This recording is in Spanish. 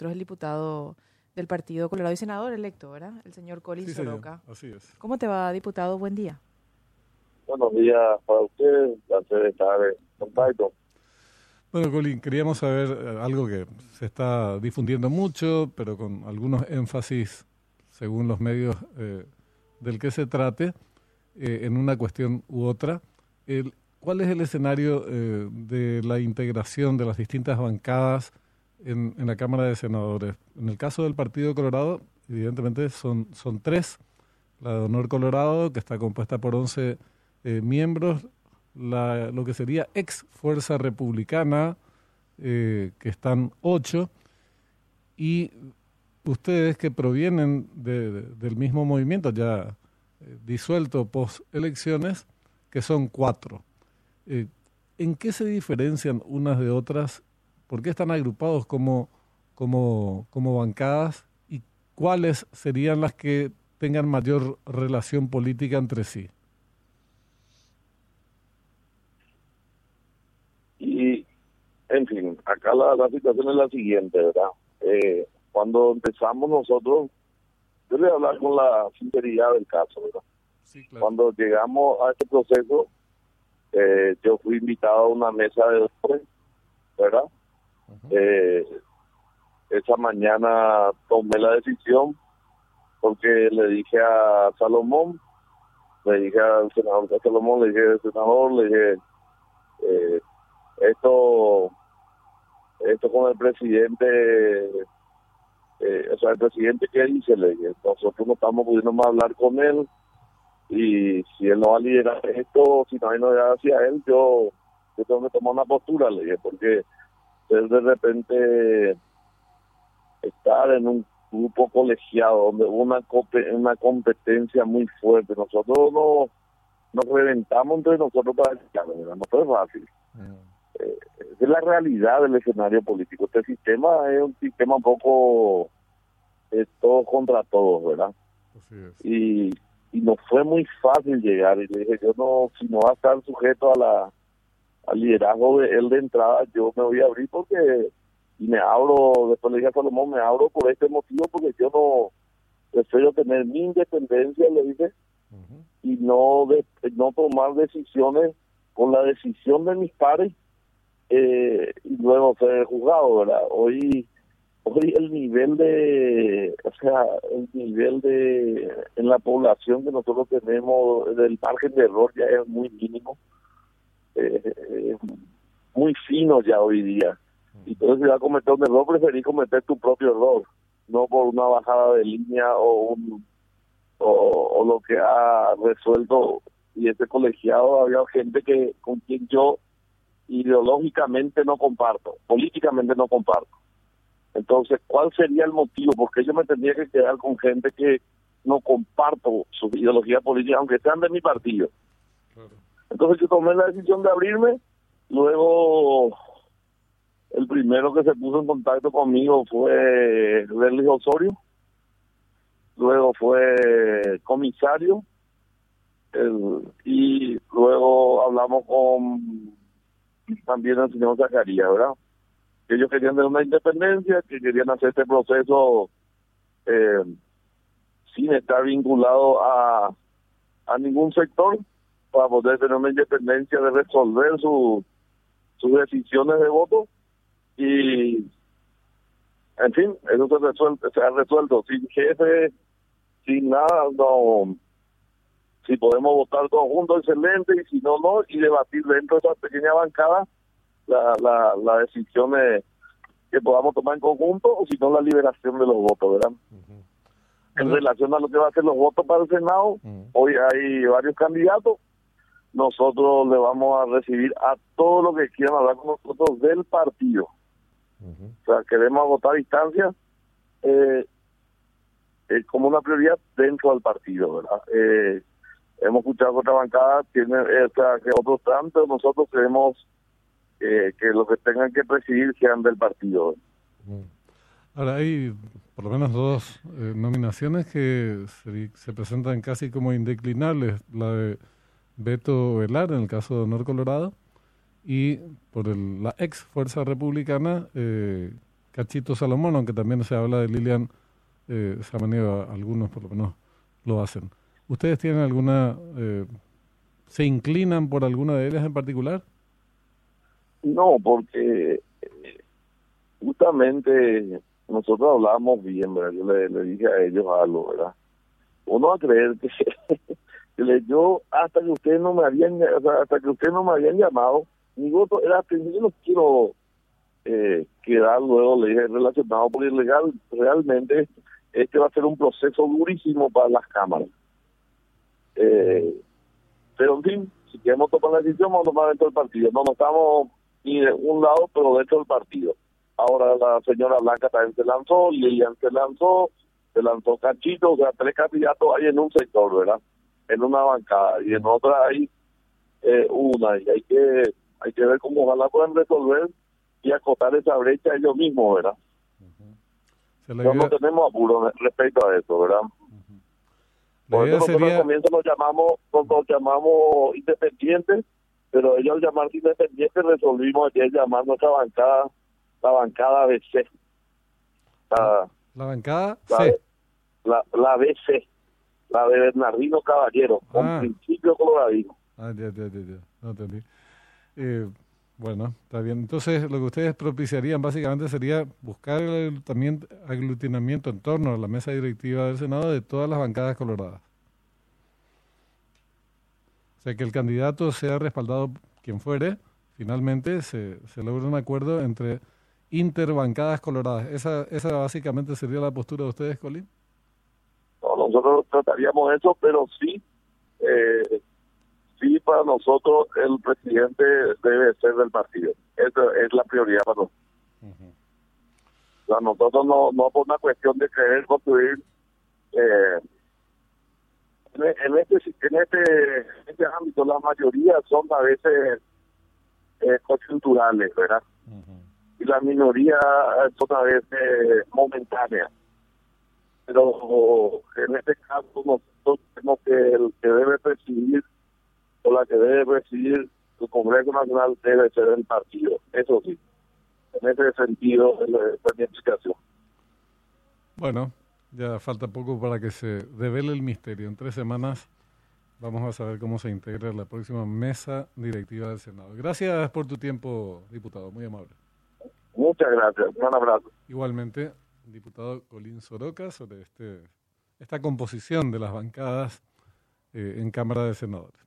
nosotros el diputado del Partido Colorado y senador electo, ¿verdad? El señor Colin Sí, Soroka. señor, así es. ¿Cómo te va, diputado? Buen día. Buenos días para usted, placer estar en contacto. Bueno, Colin, queríamos saber algo que se está difundiendo mucho, pero con algunos énfasis, según los medios del que se trate, en una cuestión u otra. ¿Cuál es el escenario de la integración de las distintas bancadas en la Cámara de Senadores? En el caso del Partido Colorado, evidentemente son tres. La de Honor Colorado, que está compuesta por 11 miembros, lo que sería ex Fuerza Republicana, que están 8, y ustedes que provienen del mismo movimiento, ya disuelto post elecciones, que son 4. ¿En qué se diferencian unas de otras? ¿Por qué están agrupados como bancadas? ¿Y cuáles serían las que tengan mayor relación política entre sí? Y, en fin, acá la situación es la siguiente, ¿verdad? Cuando empezamos nosotros, yo le voy a hablar con la sinceridad del caso, ¿verdad? Sí, claro. Cuando llegamos a este proceso, yo fui invitado a una mesa de doctores, ¿verdad? Esa mañana tomé la decisión porque le dije a Salomón, le dije al senador Salomón, le dije, senador, le dije, esto con el presidente, o sea, el presidente, ¿qué dice? Le dije, nosotros no estamos pudiendo más hablar con él, y si él no va a liderar esto, si no hay novedad hacia él, yo tengo que tomar una postura, le dije, porque él de repente estar en un grupo colegiado donde hubo una competencia muy fuerte, nosotros nos reventamos entre nosotros para llegar, ¿verdad? No fue fácil. Es la realidad del escenario político. Este sistema es un sistema un poco todos contra todos, ¿verdad? Así es. Y no fue muy fácil llegar, y le dije, yo no, si no va a estar sujeto al liderazgo de él de entrada, yo me voy a abrir porque, y me abro, después le dije a Salomón, me abro por este motivo, porque yo no prefiero tener mi independencia, le dije, y no tomar decisiones con la decisión de mis pares, y luego ser juzgado, ¿verdad? Hoy el nivel en la población que nosotros tenemos, del margen de error ya es muy mínimo, muy fino ya hoy día. Y entonces si vas a cometer un error, preferís cometer tu propio error, no por una bajada de línea o lo que ha resuelto. Y este colegiado había gente con quien yo ideológicamente no comparto, políticamente no comparto. Entonces, ¿cuál sería el motivo? Porque yo me tendría que quedar con gente que no comparto su ideología política, aunque sean de mi partido. Claro. Entonces yo tomé la decisión de abrirme. Luego, el primero que se puso en contacto conmigo fue Berlis Osorio. Luego fue comisario. Y luego hablamos con también el señor Zacarías, ¿verdad? Que ellos querían tener una independencia, que querían hacer este proceso sin estar vinculado a ningún sector, para poder tener una independencia de resolver sus decisiones de voto. Y, en fin, eso se ha resuelto sin jefe, sin nada. No, si podemos votar todos juntos, excelente, y si no, no, y debatir dentro de esa pequeña bancada la decisión que podamos tomar en conjunto, o si no, la liberación de los votos, ¿verdad? En relación a lo que va a ser los votos para el Senado, hoy hay varios candidatos. Nosotros le vamos a recibir a todos los que quieran hablar con nosotros del partido. O sea, queremos votar a distancia como una prioridad dentro del partido, ¿verdad? Hemos escuchado que otra bancada tiene, que otros tantos, nosotros queremos que los que tengan que presidir sean del partido. Ahora hay por lo menos dos nominaciones que se presentan casi como indeclinables, la de Beto Velar en el caso de Honor Colorado, y por la ex Fuerza Republicana Cachito Salomón, aunque también se habla de Lilian Samaniego, algunos por lo menos lo hacen. ¿Ustedes tienen alguna, se inclinan por alguna de ellas en particular? No, porque justamente nosotros hablábamos bien, ¿verdad? Yo le dije a ellos algo, ¿verdad? Uno va a creer yo hasta que ustedes no me habían, o sea, hasta que ustedes no me habían llamado, mi voto era que yo no quiero quedar luego, le dije, relacionado por ilegal. Realmente este va a ser un proceso durísimo para las cámaras. Pero en fin, si queremos tomar la decisión, vamos a tomar dentro del partido. No estamos ni de un lado, pero dentro del partido. Ahora la señora Blanca también se lanzó, Lilian se lanzó Cachito, o sea, 3 candidatos hay en un sector, ¿verdad? En una bancada, y en otra hay una, y hay que ver cómo ojalá puedan resolver y acotar esa brecha ellos mismos, ¿verdad? No tenemos apuro respecto a eso, ¿verdad? Por eso nosotros al comienzo nos llamamos independientes, pero ellos al llamarse independientes resolvimos ayer llamar nuestra bancada, la bancada BC. ¿La bancada C? La BC, la de Bernardino Caballero, con principio coloradino. Ya, no entendí. Bueno, está bien. Entonces, lo que ustedes propiciarían básicamente sería buscar el aglutinamiento en torno a la mesa directiva del Senado de todas las bancadas coloradas. O sea, que el candidato sea respaldado quien fuere, finalmente se logra un acuerdo entre interbancadas coloradas. ¿Esa básicamente sería la postura de ustedes, Colín? No, nosotros trataríamos eso, pero sí, sí, para nosotros el presidente debe ser del partido. Esa es la prioridad para nosotros. O sea, nosotros no por una cuestión de querer construir en este ámbito. La mayoría son a veces coyunturales, ¿verdad? Y la minoría son a veces momentáneas. Pero en este caso nosotros tenemos que el que debe presidir o la que debe presidir el Congreso Nacional debe ser el partido. Eso sí, en ese sentido es mi explicación. Bueno, ya falta poco para que se revele el misterio. En 3 semanas vamos a saber cómo se integra la próxima mesa directiva del Senado. Gracias por tu tiempo, diputado, muy amable. Muchas gracias, un abrazo. Igualmente, diputado Colín Soroka, sobre esta composición de las bancadas en Cámara de Senadores.